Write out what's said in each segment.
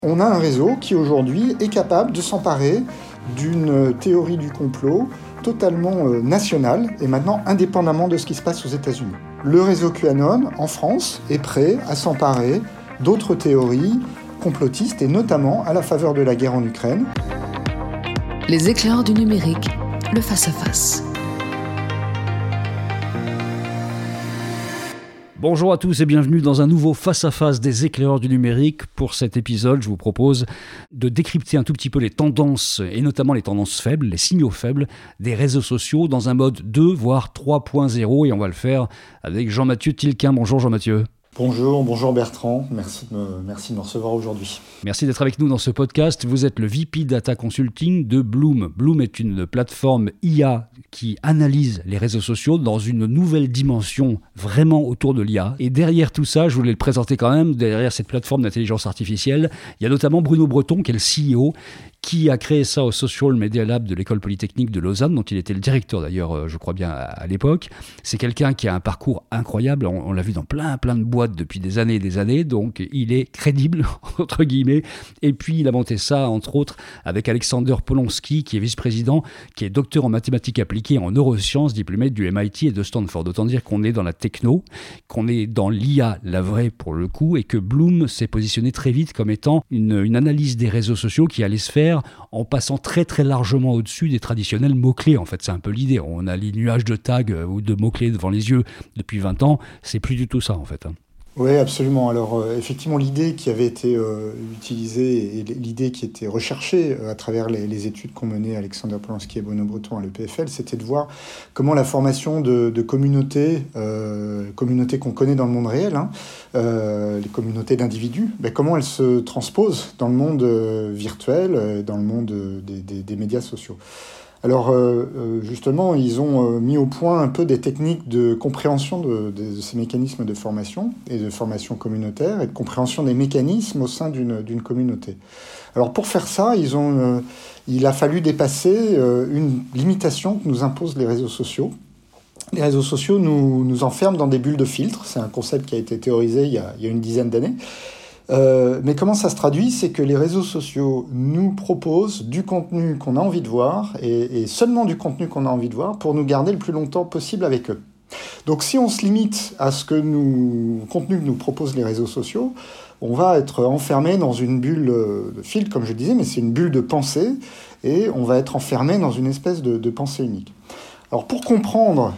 On a un réseau qui aujourd'hui est capable de s'emparer d'une théorie du complot totalement nationale et maintenant indépendamment de ce qui se passe aux États-Unis. Le réseau QAnon en France est prêt à s'emparer d'autres théories complotistes et notamment à la faveur de la guerre en Ukraine. Les éclaireurs du numérique, le face-à-face. Bonjour à tous et bienvenue dans un nouveau face-à-face des éclaireurs du numérique. Pour cet épisode, je vous propose de décrypter un tout petit peu les tendances, et notamment les tendances faibles, les signaux faibles des réseaux sociaux dans un mode 2, voire 3.0. Et on va le faire avec Jean-Mathieu Tilquin. Bonjour Jean-Mathieu. Bonjour Bertrand, merci de me recevoir aujourd'hui. Merci d'être avec nous dans ce podcast. Vous êtes le VP Data Consulting de Bloom. Bloom est une plateforme IA qui analyse les réseaux sociaux dans une nouvelle dimension vraiment autour de l'IA. Et derrière tout ça, je voulais le présenter quand même, derrière cette plateforme d'intelligence artificielle, il y a notamment Bruno Breton qui est le CEO, qui a créé ça au Social Media Lab de l'École Polytechnique de Lausanne, dont il était le directeur d'ailleurs, je crois bien, à l'époque. C'est quelqu'un qui a un parcours incroyable, on l'a vu dans plein de boîtes depuis des années et des années, donc il est crédible, entre guillemets. Et puis il a monté ça, entre autres, avec Alexander Polonsky, qui est vice-président, qui est docteur en mathématiques appliquées en neurosciences, diplômé du MIT et de Stanford. Autant dire qu'on est dans la techno, qu'on est dans l'IA, la vraie pour le coup, et que Bloom s'est positionné très vite comme étant une analyse des réseaux sociaux qui allait se faire en passant très largement au-dessus des traditionnels mots-clés. En fait, c'est un peu l'idée. On a les nuages de tags ou de mots-clés devant les yeux depuis 20 ans. C'est plus du tout ça, en fait. Oui, absolument. Alors, effectivement, l'idée qui avait été utilisée et l'idée qui était recherchée à travers les études qu'ont menées Alexander Polonsky et Bruno Breton à l'EPFL, c'était de voir comment la formation de communautés qu'on connaît dans le monde réel, les communautés d'individus, comment elles se transposent dans le monde virtuel, dans le monde des médias sociaux. Alors, justement, ils ont mis au point un peu des techniques de compréhension de ces mécanismes de formation et de formation communautaire et de compréhension des mécanismes au sein d'une communauté. Alors, pour faire ça, il a fallu dépasser une limitation que nous imposent les réseaux sociaux. Les réseaux sociaux nous enferment dans des bulles de filtre. C'est un concept qui a été théorisé il y a une dizaine d'années. Mais comment ça se traduit ? C'est que les réseaux sociaux nous proposent du contenu qu'on a envie de voir et seulement du contenu qu'on a envie de voir pour nous garder le plus longtemps possible avec eux. Donc si on se limite à ce contenu que nous proposent les réseaux sociaux, on va être enfermé dans une bulle de filtre, comme je disais, mais c'est une bulle de pensée et on va être enfermé dans une espèce de pensée unique. Alors pour comprendre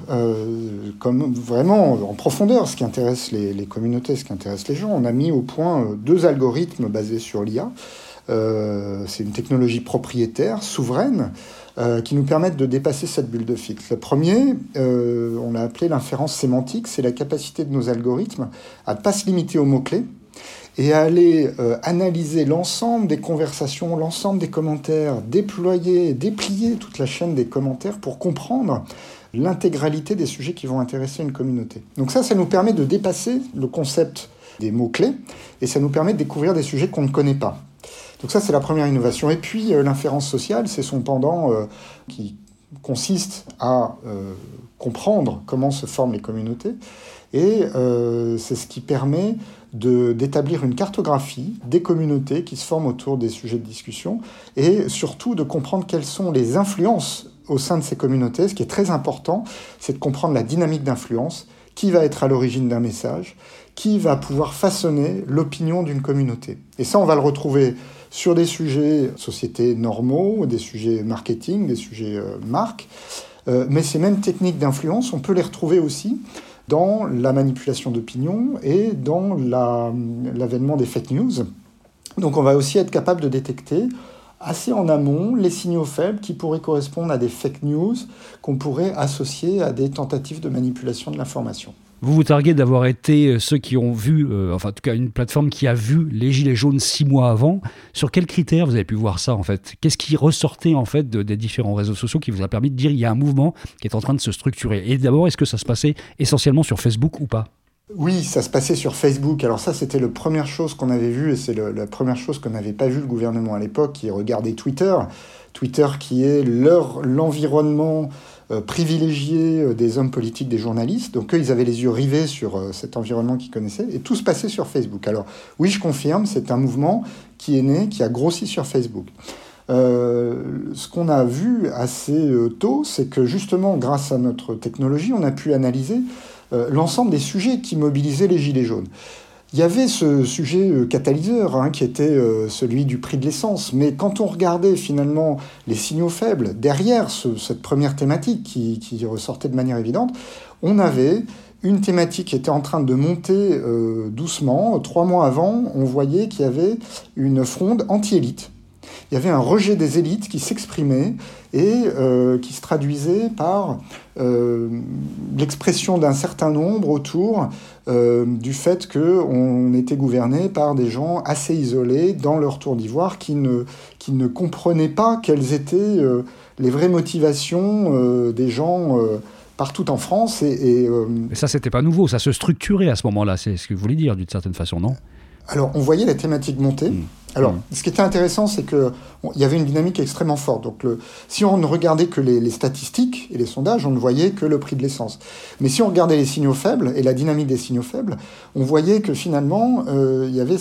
comme vraiment en profondeur ce qui intéresse les communautés, ce qui intéresse les gens, on a mis au point 2 algorithmes basés sur l'IA. C'est une technologie propriétaire, souveraine, qui nous permettent de dépasser cette bulle de filtre. Le premier, on l'a appelé l'inférence sémantique, c'est la capacité de nos algorithmes à ne pas se limiter aux mots-clés, et à aller analyser l'ensemble des conversations, l'ensemble des commentaires, déplier toute la chaîne des commentaires pour comprendre l'intégralité des sujets qui vont intéresser une communauté. Donc ça nous permet de dépasser le concept des mots-clés et ça nous permet de découvrir des sujets qu'on ne connaît pas. Donc ça, c'est la première innovation. Et puis, l'inférence sociale, c'est son pendant qui consiste à comprendre comment se forment les communautés. Et c'est ce qui permet d'établir une cartographie des communautés qui se forment autour des sujets de discussion et surtout de comprendre quelles sont les influences au sein de ces communautés. Ce qui est très important, c'est de comprendre la dynamique d'influence, qui va être à l'origine d'un message, qui va pouvoir façonner l'opinion d'une communauté. Et ça, on va le retrouver sur des sujets société normaux, des sujets marketing, des sujets marque. Mais ces mêmes techniques d'influence, on peut les retrouver aussi dans la manipulation d'opinion et dans l'avènement des fake news. Donc on va aussi être capable de détecter assez en amont les signaux faibles qui pourraient correspondre à des fake news qu'on pourrait associer à des tentatives de manipulation de l'information. Vous vous targuez d'avoir été ceux qui ont vu, en tout cas une plateforme qui a vu les Gilets jaunes 6 mois avant. Sur quels critères vous avez pu voir ça en fait ? Qu'est-ce qui ressortait en fait des différents réseaux sociaux qui vous a permis de dire qu'il y a un mouvement qui est en train de se structurer ? Et d'abord, est-ce que ça se passait essentiellement sur Facebook ou pas ? Oui, ça se passait sur Facebook. Alors ça, c'était la première chose qu'on avait vue et c'est la première chose que n'avait pas vu le gouvernement à l'époque, qui regardait Twitter. Twitter qui est l'environnement privilégier des hommes politiques, des journalistes. Donc eux, ils avaient les yeux rivés sur cet environnement qu'ils connaissaient, et tout se passait sur Facebook. Alors oui, je confirme, c'est un mouvement qui est né, qui a grossi sur Facebook. Ce qu'on a vu assez tôt, c'est que justement, grâce à notre technologie, on a pu analyser l'ensemble des sujets qui mobilisaient les Gilets jaunes. Il y avait ce sujet catalyseur qui était celui du prix de l'essence. Mais quand on regardait finalement les signaux faibles derrière cette première thématique qui ressortait de manière évidente, on avait une thématique qui était en train de monter doucement. 3 mois avant, on voyait qu'il y avait une fronde anti-élite. Il y avait un rejet des élites qui s'exprimait et qui se traduisait par l'expression d'un certain nombre autour du fait qu'on était gouverné par des gens assez isolés dans leur tour d'ivoire qui ne comprenaient pas quelles étaient les vraies motivations des gens partout en France. Mais ça, c'était pas nouveau, ça se structurait à ce moment-là, c'est ce que vous voulez dire d'une certaine façon, non ? Alors, on voyait la thématique monter. Alors, ce qui était intéressant, c'est qu'il y avait une dynamique extrêmement forte. Donc, si on ne regardait que les statistiques et les sondages, on ne voyait que le prix de l'essence. Mais si on regardait les signaux faibles et la dynamique des signaux faibles, on voyait que finalement, il y avait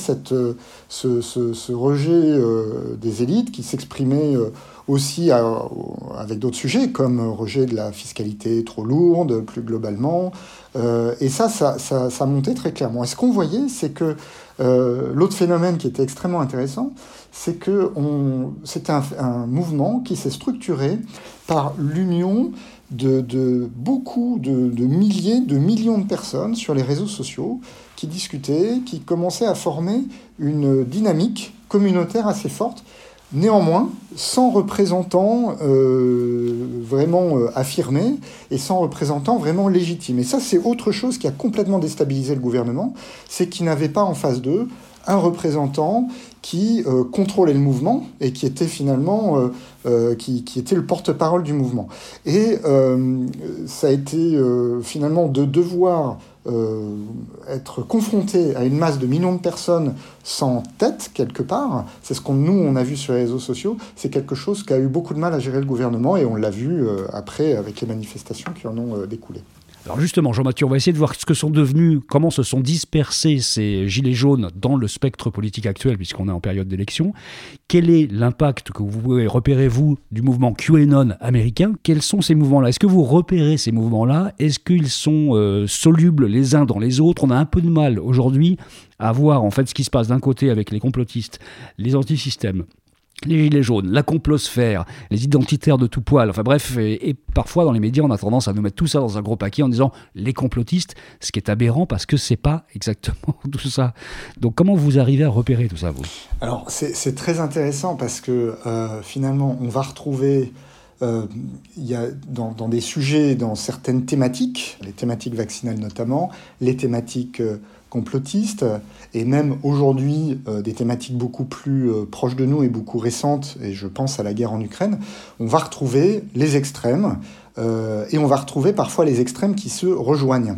ce rejet des élites qui s'exprimait aussi avec d'autres sujets, comme rejet de la fiscalité trop lourde, plus globalement. Et ça montait très clairement. Et ce qu'on voyait, c'est que l'autre phénomène qui était extrêmement intéressant, c'est que c'était un mouvement qui s'est structuré par l'union de beaucoup de milliers, de millions de personnes sur les réseaux sociaux qui discutaient, qui commençaient à former une dynamique communautaire assez forte, néanmoins sans représentant vraiment affirmé et sans représentant vraiment légitime. Et ça, c'est autre chose qui a complètement déstabilisé le gouvernement, c'est qu'il n'avait pas en face d'eux un représentant qui contrôlait le mouvement et qui était finalement qui était le porte-parole du mouvement. Et ça a été finalement de devoir être confronté à une masse de millions de personnes sans tête, quelque part. C'est ce on a vu sur les réseaux sociaux. C'est quelque chose qui a eu beaucoup de mal à gérer le gouvernement, et on l'a vu après avec les manifestations qui en ont découlé. Alors justement, Jean-Mathieu, on va essayer de voir comment se sont dispersés ces gilets jaunes dans le spectre politique actuel, puisqu'on est en période d'élection. Quel est l'impact que vous pouvez repérer, vous, du mouvement QAnon américain ? Quels sont ces mouvements-là ? Est-ce que vous repérez ces mouvements-là ? Est-ce qu'ils sont solubles les uns dans les autres ? On a un peu de mal aujourd'hui à voir en fait ce qui se passe d'un côté avec les complotistes, les antisystèmes, les gilets jaunes, la complosphère, les identitaires de tout poil, enfin bref, et parfois dans les médias on a tendance à nous mettre tout ça dans un gros paquet en disant les complotistes, ce qui est aberrant parce que c'est pas exactement tout ça. Donc comment vous arrivez à repérer tout ça, vous ? Alors c'est très intéressant parce que finalement on va retrouver il y a dans des sujets, dans certaines thématiques, les thématiques vaccinales notamment, les thématiques complotistes, et même aujourd'hui des thématiques beaucoup plus proches de nous et beaucoup récentes, et je pense à la guerre en Ukraine, on va retrouver les extrêmes, et on va retrouver parfois les extrêmes qui se rejoignent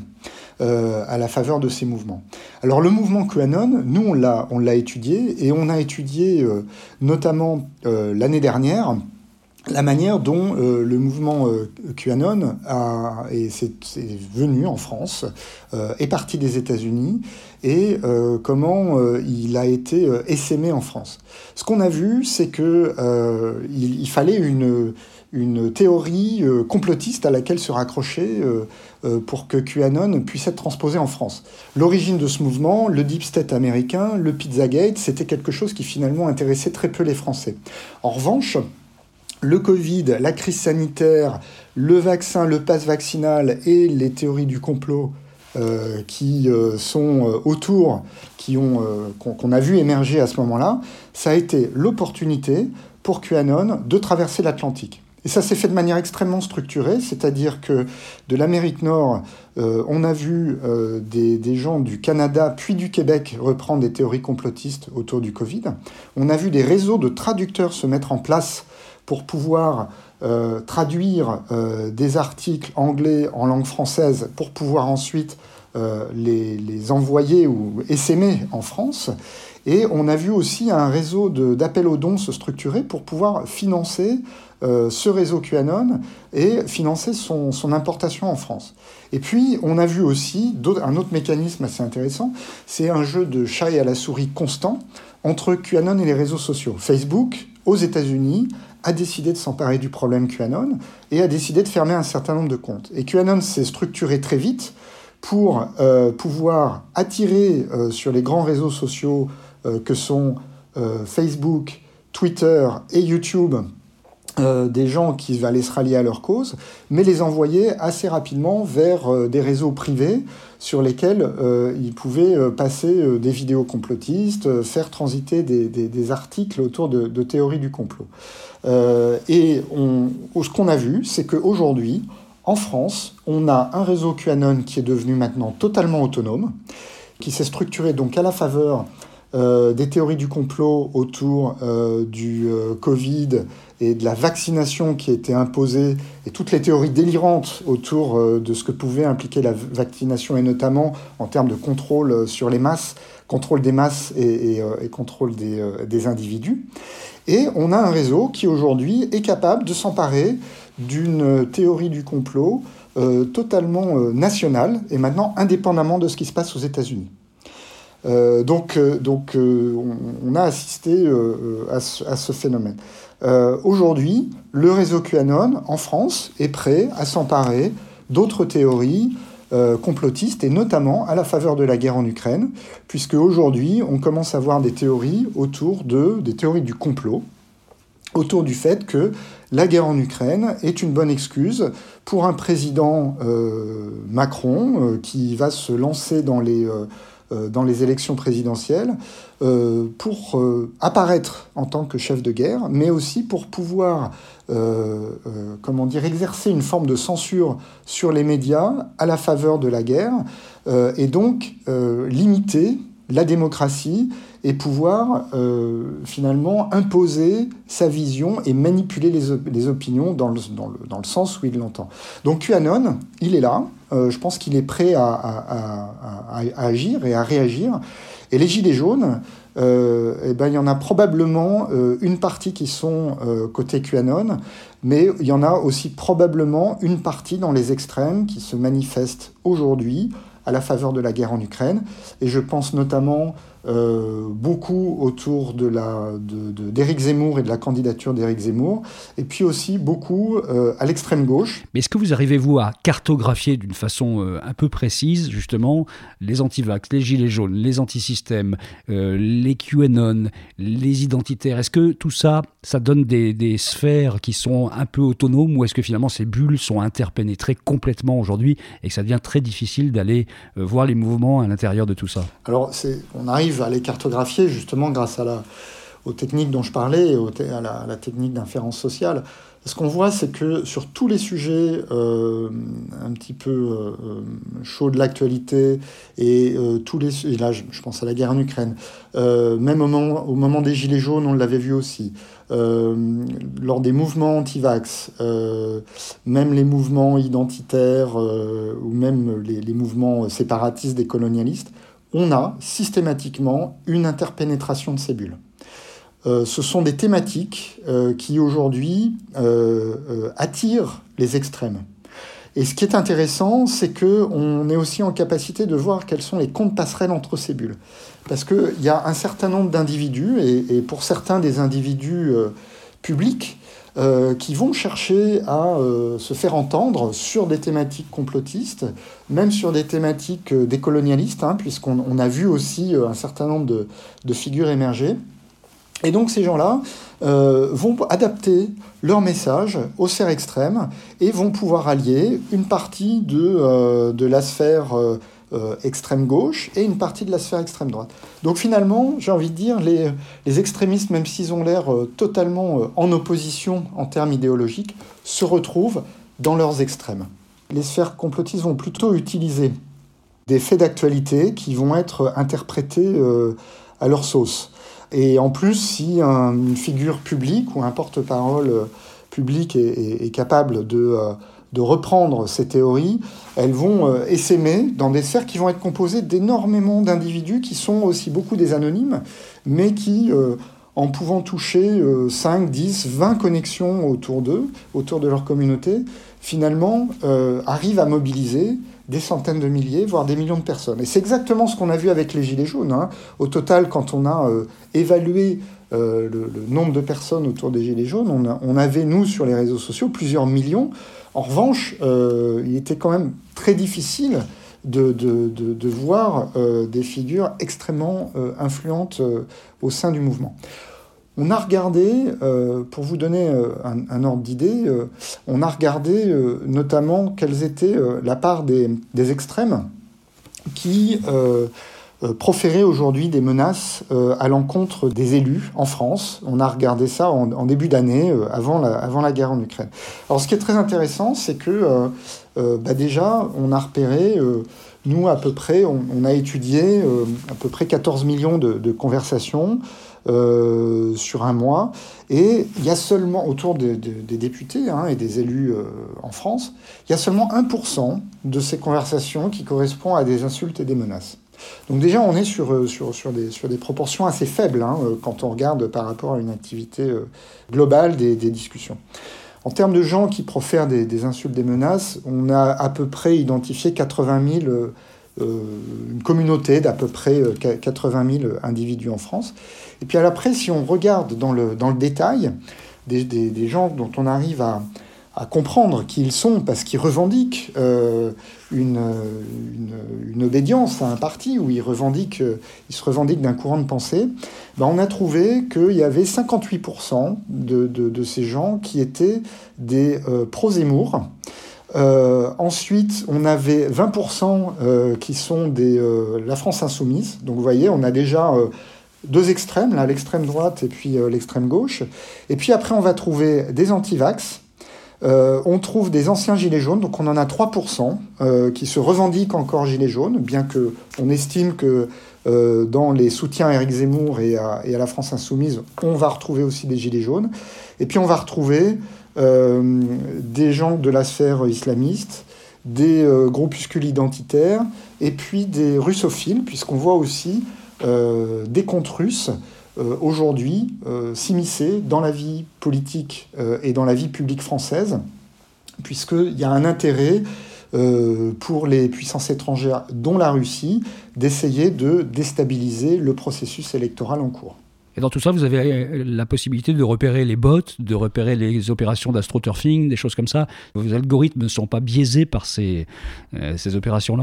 à la faveur de ces mouvements. Alors le mouvement QAnon, nous on l'a étudié, et on a étudié notamment l'année dernière la manière dont le mouvement QAnon c'est venu en France, est parti des États-Unis, et comment il a été essaimé en France. Ce qu'on a vu, c'est que il fallait une théorie complotiste à laquelle se raccrocher pour que QAnon puisse être transposé en France. L'origine de ce mouvement, le Deep State américain, le Pizzagate, c'était quelque chose qui finalement intéressait très peu les Français. En revanche, le Covid, la crise sanitaire, le vaccin, le pass vaccinal et les théories du complot qui sont autour, qu'on a vu émerger à ce moment-là, ça a été l'opportunité pour QAnon de traverser l'Atlantique. Et ça s'est fait de manière extrêmement structurée, c'est-à-dire que de l'Amérique Nord, on a vu des gens du Canada puis du Québec reprendre des théories complotistes autour du Covid. On a vu des réseaux de traducteurs se mettre en place pour pouvoir traduire des articles anglais en langue française pour pouvoir ensuite les envoyer ou essaimer en France. Et on a vu aussi un réseau d'appels aux dons se structurer pour pouvoir financer ce réseau QAnon et financer son importation en France. Et puis, on a vu aussi un autre mécanisme assez intéressant, c'est un jeu de chat et à la souris constant entre QAnon et les réseaux sociaux. Facebook, aux États-Unis, a décidé de s'emparer du problème QAnon et a décidé de fermer un certain nombre de comptes. Et QAnon s'est structuré très vite pour pouvoir attirer sur les grands réseaux sociaux que sont Facebook, Twitter et YouTube des gens qui allaient se rallier à leur cause, mais les envoyer assez rapidement vers des réseaux privés sur lesquels ils pouvaient passer des vidéos complotistes, faire transiter des articles autour de théories du complot. Ce qu'on a vu, c'est qu'aujourd'hui, en France, on a un réseau QAnon qui est devenu maintenant totalement autonome, qui s'est structuré donc à la faveur des théories du complot autour du Covid et de la vaccination qui a été imposée, et toutes les théories délirantes autour de ce que pouvait impliquer la vaccination, et notamment en termes de contrôle sur les masses, contrôle des masses et contrôle des individus. Et on a un réseau qui aujourd'hui est capable de s'emparer d'une théorie du complot totalement nationale, et maintenant indépendamment de ce qui se passe aux États-Unis. Donc, on a assisté à ce phénomène. Aujourd'hui, le réseau QAnon en France est prêt à s'emparer d'autres théories complotistes, et notamment à la faveur de la guerre en Ukraine, puisque aujourd'hui, on commence à voir des théories des théories du complot, autour du fait que la guerre en Ukraine est une bonne excuse pour un président Macron qui va se lancer dans les élections présidentielles pour apparaître en tant que chef de guerre, mais aussi pour pouvoir exercer une forme de censure sur les médias à la faveur de la guerre, et donc limiter la démocratie et pouvoir finalement imposer sa vision et manipuler les opinions dans le sens où il l'entend. Donc QAnon, il est là. Je pense qu'il est prêt à agir et à réagir. Et les Gilets jaunes, il y en a probablement une partie qui sont côté QAnon, mais il y en a aussi probablement une partie dans les extrêmes qui se manifestent aujourd'hui à la faveur de la guerre en Ukraine. Et je pense notamment beaucoup autour d'Éric Zemmour et de la candidature d'Éric Zemmour, et puis aussi beaucoup à l'extrême gauche. Mais est-ce que vous arrivez-vous à cartographier d'une façon un peu précise, justement, les antivax, les gilets jaunes, les antisystèmes, les QAnon, les identitaires? Est-ce que tout ça, ça donne des sphères qui sont un peu autonomes, ou est-ce que finalement ces bulles sont interpénétrées complètement aujourd'hui et que ça devient très difficile d'aller voir les mouvements à l'intérieur de tout ça? Alors, on arrive à les cartographier justement grâce aux techniques dont je parlais, et à la technique d'inférence sociale. Ce qu'on voit, c'est que sur tous les sujets un petit peu chauds de l'actualité, et là je pense à la guerre en Ukraine, même au moment des Gilets jaunes, on l'avait vu aussi, lors des mouvements anti-vax, même les mouvements identitaires, ou même les mouvements séparatistes des colonialistes, on a systématiquement une interpénétration de ces bulles. Ce sont des thématiques qui aujourd'hui attirent les extrêmes. Et ce qui est intéressant, c'est qu'on est aussi en capacité de voir quels sont les comptes passerelles entre ces bulles. Parce qu'il y a un certain nombre d'individus, et pour certains des individus publics, qui vont chercher à se faire entendre sur des thématiques complotistes, même sur des thématiques décolonialistes, puisqu'on a vu aussi un certain nombre de figures émerger. Et donc ces gens-là vont adapter leur message aux sphères extrêmes et vont pouvoir allier une partie de la sphère extrême gauche et une partie de la sphère extrême droite. Donc finalement, j'ai envie de dire, les extrémistes, même s'ils ont l'air totalement en opposition en termes idéologiques, se retrouvent dans leurs extrêmes. Les sphères complotistes vont plutôt utiliser des faits d'actualité qui vont être interprétés à leur sauce. Et en plus, si une figure publique ou un porte-parole public est capable de de reprendre ces théories, elles vont essaimer dans des sphères qui vont être composées d'énormément d'individus qui sont aussi beaucoup des anonymes, mais qui, en pouvant toucher 5, 10, 20 connexions autour d'eux, autour de leur communauté, finalement arrivent à mobiliser des centaines de milliers, voire des millions de personnes. Et c'est exactement ce qu'on a vu avec les Gilets jaunes, hein. Au total, quand on a évalué le nombre de personnes autour des Gilets jaunes, on avait, nous, sur les réseaux sociaux, plusieurs millions. En revanche, il était quand même très difficile de voir des figures extrêmement influentes au sein du mouvement. On a regardé, pour vous donner un ordre d'idée, on a regardé notamment quelles étaient la part des extrêmes qui proféraient aujourd'hui des menaces à l'encontre des élus en France. On a regardé ça en début d'année, avant la guerre en Ukraine. Alors ce qui est très intéressant, c'est que déjà, on a repéré... nous, à peu près, on a étudié à peu près 14 millions de conversations sur un mois. Et il y a seulement, autour des députés et des élus en France, il y a seulement 1% de ces conversations qui correspond à des insultes et des menaces. Donc déjà, on est sur des proportions assez faibles quand on regarde par rapport à une activité globale des discussions. En termes de gens qui profèrent des insultes, des menaces, on a à peu près identifié 80 000, une communauté d'à peu près 80 000 individus en France. Et puis après, si on regarde dans le détail, des gens dont on arrive à comprendre qui ils sont parce qu'ils revendiquent une obédience à un parti, ou ils se revendiquent d'un courant de pensée, on a trouvé qu'il y avait 58% de ces gens qui étaient des pro-Zemmour. Ensuite, on avait 20% qui sont la France insoumise. Donc vous voyez, on a déjà deux extrêmes, là, l'extrême droite et puis l'extrême gauche. Et puis après, on va trouver des anti-vax. On trouve des anciens gilets jaunes, donc on en a 3% qui se revendiquent encore gilets jaunes, bien qu'on estime que dans les soutiens à Éric Zemmour et à la France insoumise, on va retrouver aussi des gilets jaunes. Et puis on va retrouver des gens de la sphère islamiste, des groupuscules identitaires, et puis des russophiles, puisqu'on voit aussi des comptes russes aujourd'hui s'immiscer dans la vie politique et dans la vie publique française, puisqu'il y a un intérêt pour les puissances étrangères, dont la Russie, d'essayer de déstabiliser le processus électoral en cours. Et dans tout ça, vous avez la possibilité de repérer les bots, de repérer les opérations d'astroturfing, des choses comme ça. Vos algorithmes ne sont pas biaisés par ces opérations-là ?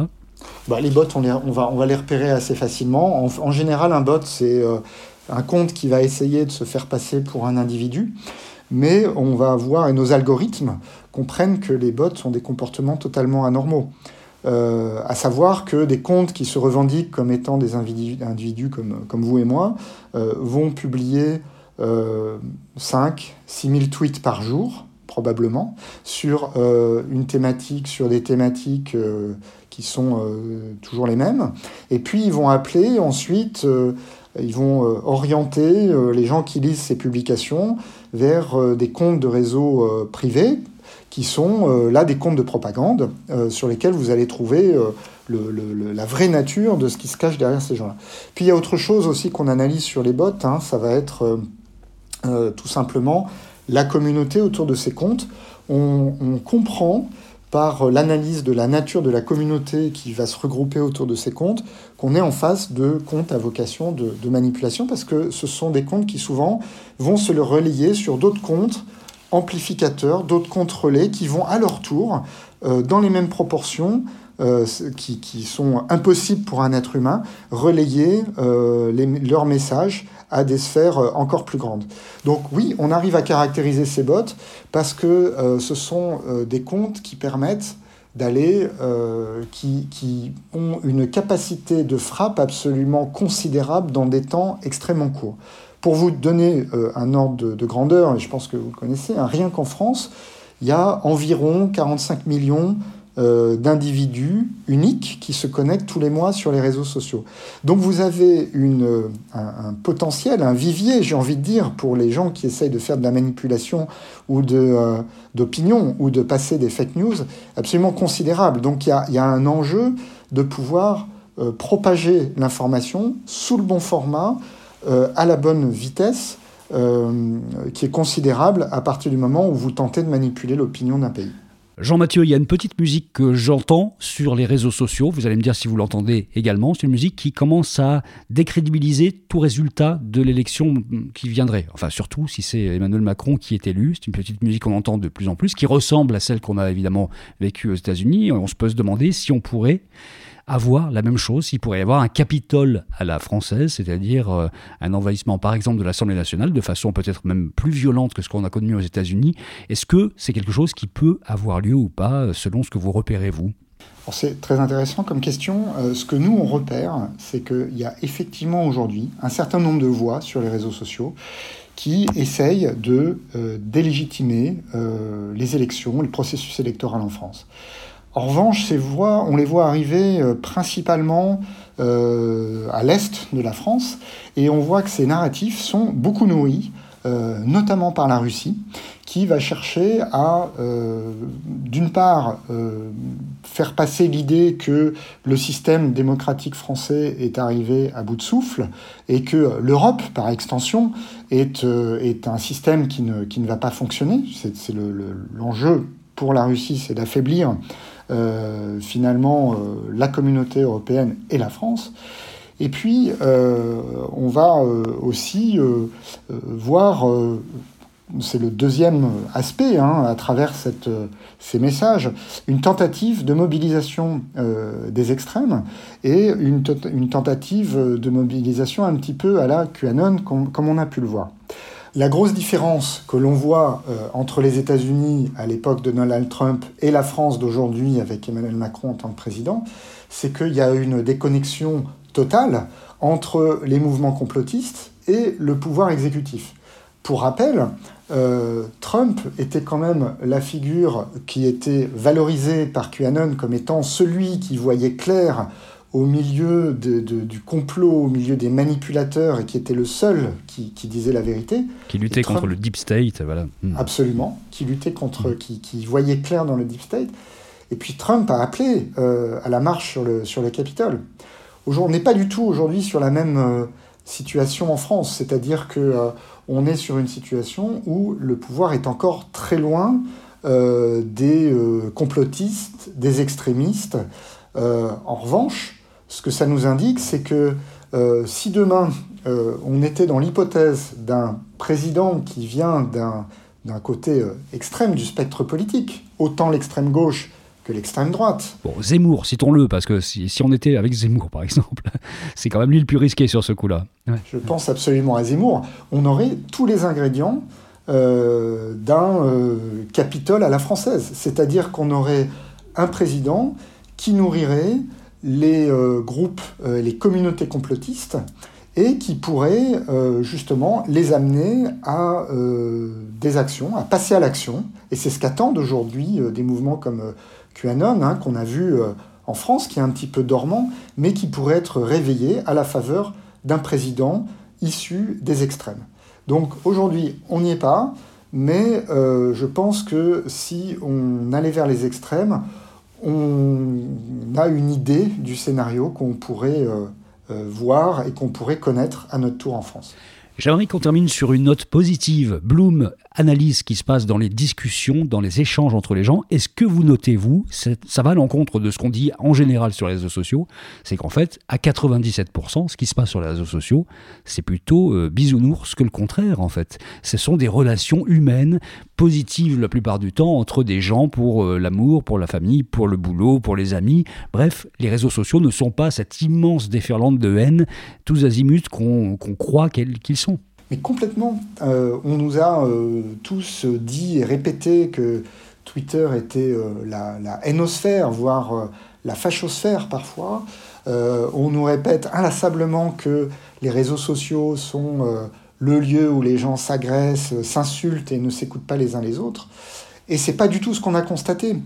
Les bots, on va les repérer assez facilement. En général, un bot, c'est un compte qui va essayer de se faire passer pour un individu. Mais on va voir, et nos algorithmes comprennent que les bots ont des comportements totalement anormaux. À savoir que des comptes qui se revendiquent comme étant des individus comme vous et moi vont publier 5 6 000 tweets par jour, probablement, sur des thématiques qui sont toujours les mêmes. Et puis ils vont appeler ensuite, ils vont orienter les gens qui lisent ces publications vers des comptes de réseaux privés, qui sont là des comptes de propagande sur lesquels vous allez trouver la vraie nature de ce qui se cache derrière ces gens-là. Puis il y a autre chose aussi qu'on analyse sur les bots, ça va être tout simplement la communauté autour de ces comptes. On comprend par l'analyse de la nature de la communauté qui va se regrouper autour de ces comptes qu'on est en face de comptes à vocation de manipulation, parce que ce sont des comptes qui souvent vont se le relayer sur d'autres comptes amplificateurs, d'autres comptes relais qui vont à leur tour, dans les mêmes proportions, qui sont impossibles pour un être humain, relayer leurs messages à des sphères encore plus grandes. Donc oui, on arrive à caractériser ces bots parce que ce sont des comptes qui permettent d'aller, qui ont une capacité de frappe absolument considérable dans des temps extrêmement courts. Pour vous donner un ordre de grandeur, et je pense que vous le connaissez, rien qu'en France, il y a environ 45 millions d'individus uniques qui se connectent tous les mois sur les réseaux sociaux. Donc vous avez un potentiel, un vivier, j'ai envie de dire, pour les gens qui essayent de faire de la manipulation ou d'opinion ou de passer des fake news, absolument considérable. Donc il y a un enjeu de pouvoir propager l'information sous le bon format, à la bonne vitesse, qui est considérable à partir du moment où vous tentez de manipuler l'opinion d'un pays. Jean-Mathieu, il y a une petite musique que j'entends sur les réseaux sociaux, vous allez me dire si vous l'entendez également, c'est une musique qui commence à décrédibiliser tout résultat de l'élection qui viendrait. Enfin, surtout si c'est Emmanuel Macron qui est élu, c'est une petite musique qu'on entend de plus en plus, qui ressemble à celle qu'on a évidemment vécue aux États-Unis. On peut se demander si on pourrait avoir la même chose, s'il pourrait y avoir un Capitole à la française, c'est-à-dire un envahissement par exemple de l'Assemblée nationale, de façon peut-être même plus violente que ce qu'on a connu aux États-Unis. Est-ce que c'est quelque chose qui peut avoir lieu ou pas, selon ce que vous repérez, vous ? Alors c'est très intéressant comme question. Ce que nous, on repère, c'est qu'il y a effectivement aujourd'hui un certain nombre de voix sur les réseaux sociaux qui essayent de délégitimer les élections, le processus électoral en France. En revanche, ces voix, on les voit arriver principalement à l'est de la France, et on voit que ces narratifs sont beaucoup nourris, notamment par la Russie, qui va chercher à, d'une part, faire passer l'idée que le système démocratique français est arrivé à bout de souffle, et que l'Europe, par extension, est un système qui ne va pas fonctionner. C'est l'enjeu pour la Russie, c'est d'affaiblir finalement la communauté européenne et la France. Et puis, on va aussi voir, c'est le deuxième aspect, à travers ces messages, une tentative de mobilisation des extrêmes et une tentative de mobilisation un petit peu à la QAnon, comme on a pu le voir. La grosse différence que l'on voit entre les États-Unis à l'époque de Donald Trump et la France d'aujourd'hui avec Emmanuel Macron en tant que président, c'est qu'il y a une déconnexion totale entre les mouvements complotistes et le pouvoir exécutif. Pour rappel, Trump était quand même la figure qui était valorisée par QAnon comme étant celui qui voyait clair au milieu du complot, au milieu des manipulateurs, et qui était le seul qui disait la vérité. Qui luttait contre le Deep State, voilà. Absolument, qui luttait contre, qui voyait clair dans le Deep State. Et puis Trump a appelé à la marche sur le Capitole. On n'est pas du tout aujourd'hui sur la même situation en France, c'est-à-dire qu'on est sur une situation où le pouvoir est encore très loin des complotistes, des extrémistes. En revanche, ce que ça nous indique, c'est que si demain on était dans l'hypothèse d'un président qui vient d'un côté extrême du spectre politique, autant l'extrême gauche que l'extrême droite. Bon, Zemmour, citons-le, parce que si on était avec Zemmour, par exemple, c'est quand même lui le plus risqué sur ce coup-là. Ouais. Je pense absolument à Zemmour. On aurait tous les ingrédients d'un Capitole à la française, c'est-à-dire qu'on aurait un président qui nourrirait les groupes, les communautés complotistes, et qui pourrait justement les amener à des actions, à passer à l'action. Et c'est ce qu'attendent aujourd'hui des mouvements comme QAnon, qu'on a vu en France, qui est un petit peu dormant, mais qui pourrait être réveillé à la faveur d'un président issu des extrêmes. Donc aujourd'hui, on n'y est pas, mais je pense que si on allait vers les extrêmes, on a une idée du scénario qu'on pourrait voir et qu'on pourrait connaître à notre tour en France. J'aimerais qu'on termine sur une note positive. Bloom analyse ce qui se passe dans les discussions, dans les échanges entre les gens. Est-ce que vous notez, vous, ça va à l'encontre de ce qu'on dit en général sur les réseaux sociaux, c'est qu'en fait, à 97%, ce qui se passe sur les réseaux sociaux, c'est plutôt bisounours que le contraire, en fait. Ce sont des relations humaines, positives la plupart du temps, entre des gens pour l'amour, pour la famille, pour le boulot, pour les amis. Bref, les réseaux sociaux ne sont pas cette immense déferlante de haine, tous azimuts qu'on croit qu'ils sont. Mais complètement. On nous a tous dit et répété que Twitter était la hainosphère, voire la fachosphère parfois. On nous répète inlassablement que les réseaux sociaux sont le lieu où les gens s'agressent, s'insultent et ne s'écoutent pas les uns les autres. Et c'est pas du tout ce qu'on a constaté.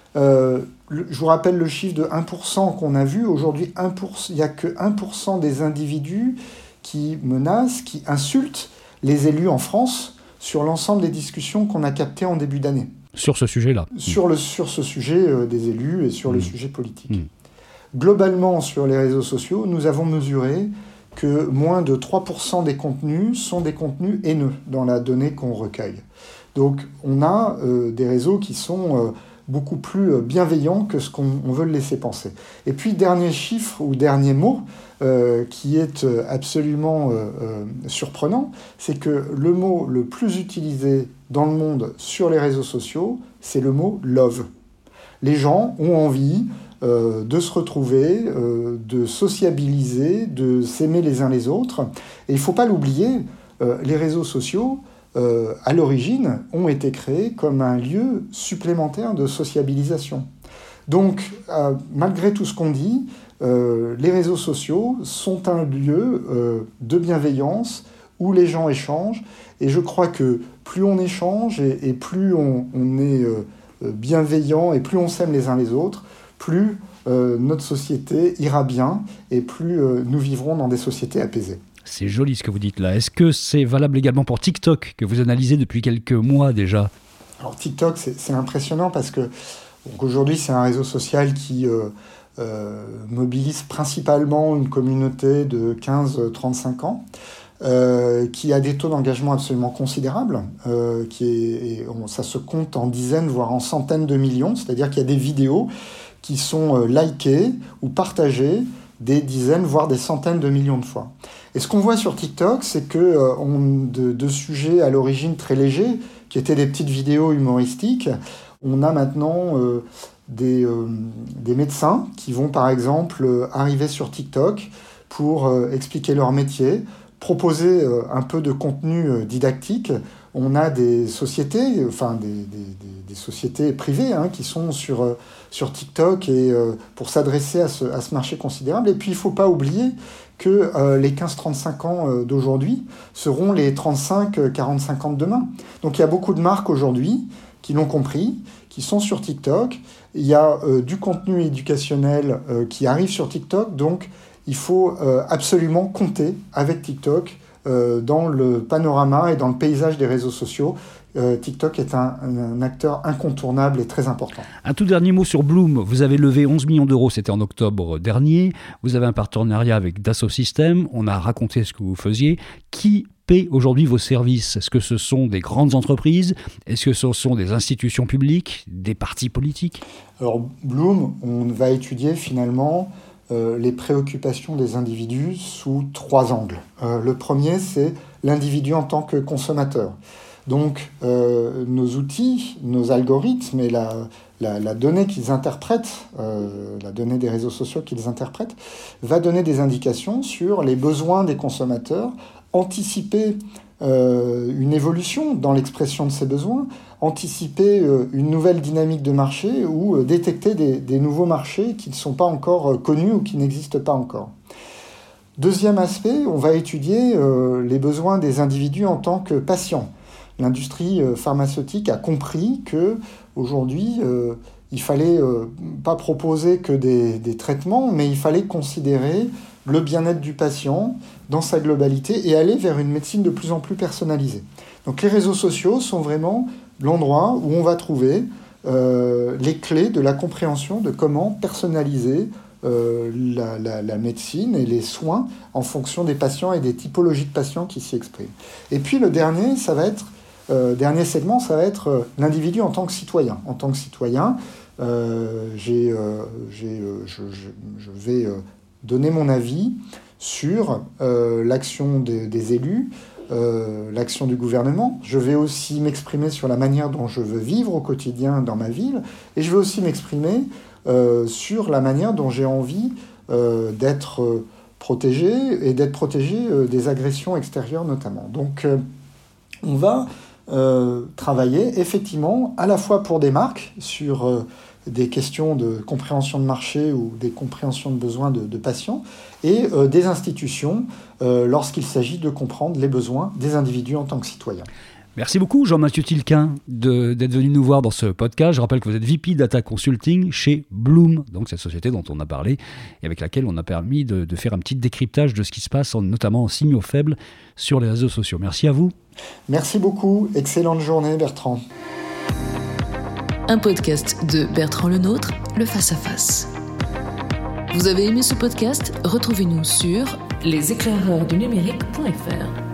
Je vous rappelle le chiffre de 1% qu'on a vu. Aujourd'hui, il n'y a que 1% des individus qui menacent, qui insultent les élus en France sur l'ensemble des discussions qu'on a captées en début d'année. Sur ce sujet-là. Sur ce sujet des élus et sur le sujet politique. Globalement, sur les réseaux sociaux, nous avons mesuré que moins de 3% des contenus sont des contenus haineux dans la donnée qu'on recueille. Donc on a des réseaux qui sont beaucoup plus bienveillants que ce qu'on veut le laisser penser. Et puis, dernier chiffre ou dernier mot qui est absolument surprenant, c'est que le mot le plus utilisé dans le monde sur les réseaux sociaux, c'est le mot « love ». Les gens ont envie de se retrouver, de sociabiliser, de s'aimer les uns les autres. Et il ne faut pas l'oublier, les réseaux sociaux, à l'origine, ont été créés comme un lieu supplémentaire de sociabilisation. Donc, malgré tout ce qu'on dit, les réseaux sociaux sont un lieu de bienveillance où les gens échangent. Et je crois que plus on échange et plus on est bienveillant et plus on s'aime les uns les autres, plus notre société ira bien et plus nous vivrons dans des sociétés apaisées. C'est joli ce que vous dites là. Est-ce que c'est valable également pour TikTok, que vous analysez depuis quelques mois déjà ? Alors TikTok, c'est impressionnant parce que aujourd'hui, c'est un réseau social qui mobilise principalement une communauté de 15-35 ans, qui a des taux d'engagement absolument considérables, ça se compte en dizaines, voire en centaines de millions, c'est-à-dire qu'il y a des vidéos qui sont likées ou partagées des dizaines, voire des centaines de millions de fois. Et ce qu'on voit sur TikTok, c'est que de sujets à l'origine très légers, qui étaient des petites vidéos humoristiques, on a maintenant des médecins qui vont par exemple arriver sur TikTok pour expliquer leur métier, proposer un peu de contenu didactique. On a des sociétés, des sociétés privées qui sont sur TikTok et pour s'adresser à ce marché considérable. Et puis, il ne faut pas oublier que les 15-35 ans d'aujourd'hui seront les 35-45 ans de demain. Donc, il y a beaucoup de marques aujourd'hui qui l'ont compris, qui sont sur TikTok. Il y a du contenu éducationnel qui arrive sur TikTok. Donc, il faut absolument compter avec TikTok dans le panorama et dans le paysage des réseaux sociaux. TikTok est un acteur incontournable et très important. Un tout dernier mot sur Bloom. Vous avez levé 11 millions d'euros, c'était en octobre dernier. Vous avez un partenariat avec Dassault Systèmes. On a raconté ce que vous faisiez. Qui paie aujourd'hui vos services ? Est-ce que ce sont des grandes entreprises ? Est-ce que ce sont des institutions publiques ? Des partis politiques ? Alors Bloom, on va étudier finalement les préoccupations des individus sous 3 angles. Le premier, c'est l'individu en tant que consommateur. Donc, nos outils, nos algorithmes et la donnée qu'ils interprètent, la donnée des réseaux sociaux qu'ils interprètent, va donner des indications sur les besoins des consommateurs, anticiper une évolution dans l'expression de ces besoins, anticiper une nouvelle dynamique de marché ou détecter des nouveaux marchés qui ne sont pas encore connus ou qui n'existent pas encore. Deuxième aspect, on va étudier les besoins des individus en tant que patients. L'industrie pharmaceutique a compris qu'aujourd'hui, il fallait pas proposer que des traitements, mais il fallait considérer le bien-être du patient dans sa globalité et aller vers une médecine de plus en plus personnalisée. Donc les réseaux sociaux sont vraiment l'endroit où on va trouver les clés de la compréhension de comment personnaliser la médecine et les soins en fonction des patients et des typologies de patients qui s'y expriment. Et puis le dernier, dernier segment, ça va être l'individu en tant que citoyen. En tant que citoyen, je vais donner mon avis sur l'action des élus, l'action du gouvernement. Je vais aussi m'exprimer sur la manière dont je veux vivre au quotidien dans ma ville. Et je vais aussi m'exprimer sur la manière dont j'ai envie d'être protégé et d'être protégé des agressions extérieures notamment. Donc on va travailler effectivement à la fois pour des marques sur des questions de compréhension de marché ou des compréhensions de besoins de patients et des institutions lorsqu'il s'agit de comprendre les besoins des individus en tant que citoyens. Merci beaucoup Jean-Mathieu Tilquin d'être venu nous voir dans ce podcast. Je rappelle que vous êtes VP Data Consulting chez Bloom, donc cette société dont on a parlé et avec laquelle on a permis de faire un petit décryptage de ce qui se passe, notamment en signaux faibles sur les réseaux sociaux. Merci à vous. Merci beaucoup. Excellente journée Bertrand. Un podcast de Bertrand Lenôtre, le Face à Face. Vous avez aimé ce podcast ? Retrouvez-nous sur leséclaireursdunumérique.fr.